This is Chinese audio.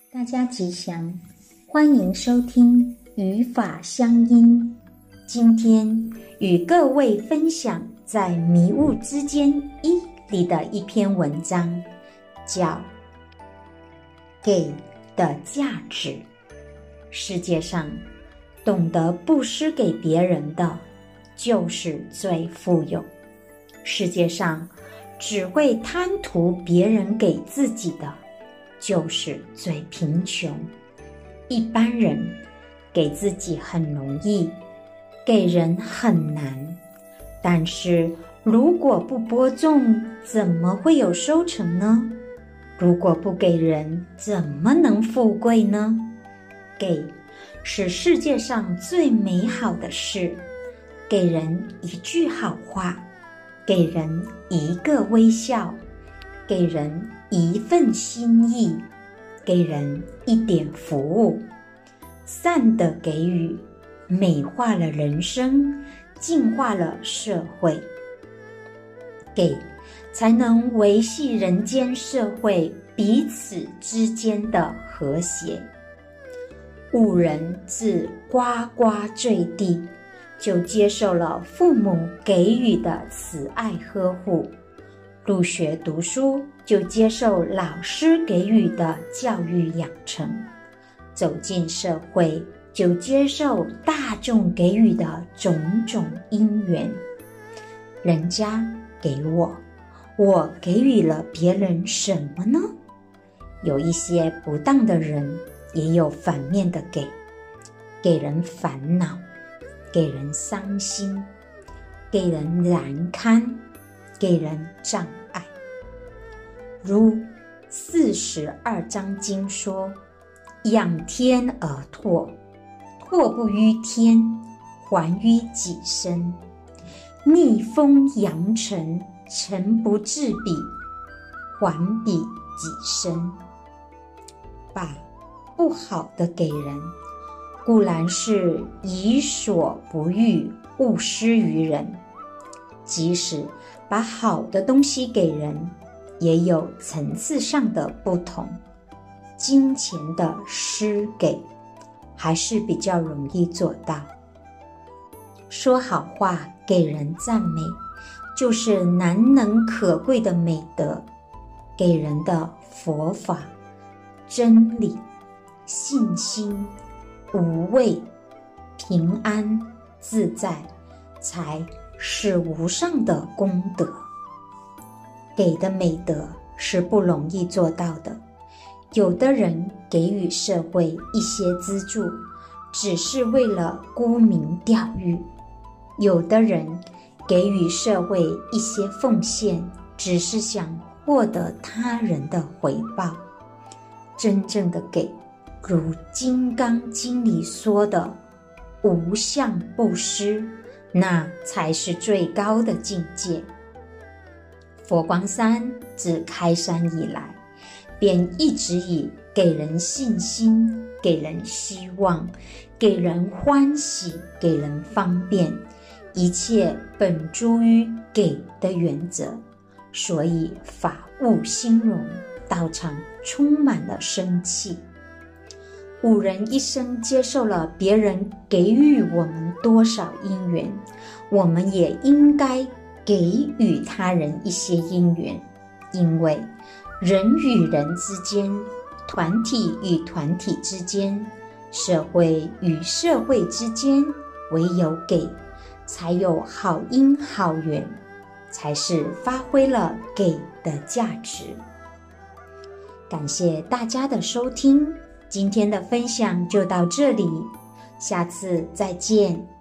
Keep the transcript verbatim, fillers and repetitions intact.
大家吉祥，欢迎收听语法乡音。今天与各位分享在《迷雾之间一》里的一篇文章，叫给的价值。世界上懂得布施给别人的，就是最富有；世界上只会贪图别人给自己的，就是最贫穷。一般人给自己很容易，给人很难。但是如果不播种，怎么会有收成呢？如果不给人，怎么能富贵呢？给是世界上最美好的事，给人一句好话，给人一个微笑，给人一份心意，给人一点服务。善的给予美化了人生，净化了社会。给才能维系人间社会彼此之间的和谐。吾人自呱呱坠地，就接受了父母给予的慈爱呵护；入学读书，就接受老师给予的教育养成；走进社会，就接受大众给予的种种因缘。人家给我，我给予了别人什么呢？有一些不当的人，也有反面的给，给人烦恼，给人伤心，给人难堪，给人障碍。如四十二章经说：仰天而唾，唾不于天，还于己身；逆风扬尘，尘不至彼，还彼己身。把不好的给人，固然是己所不欲，勿施于人；即使把好的东西给人，也有层次上的不同。金钱的施给还是比较容易做到。说好话，给人赞美，就是难能可贵的美德。给人的佛法、真理、信心、无畏、平安、自在，才是无上的功德。给的美德是不容易做到的。有的人给予社会一些资助，只是为了沽名钓誉；有的人给予社会一些奉献，只是想获得他人的回报。真正的给，如《金刚经》里说的无相布施，那才是最高的境界。佛光山自开山以来，便一直以给人信心、给人希望、给人欢喜、给人方便，一切本诸于给的原则，所以法务兴隆，道场充满了生气。吾人一生接受了别人给予我们多少因缘，我们也应该给予他人一些因缘。因为人与人之间，团体与团体之间，社会与社会之间，唯有给，才有好因好缘，才是发挥了给的价值。感谢大家的收听，今天的分享就到这里，下次再见。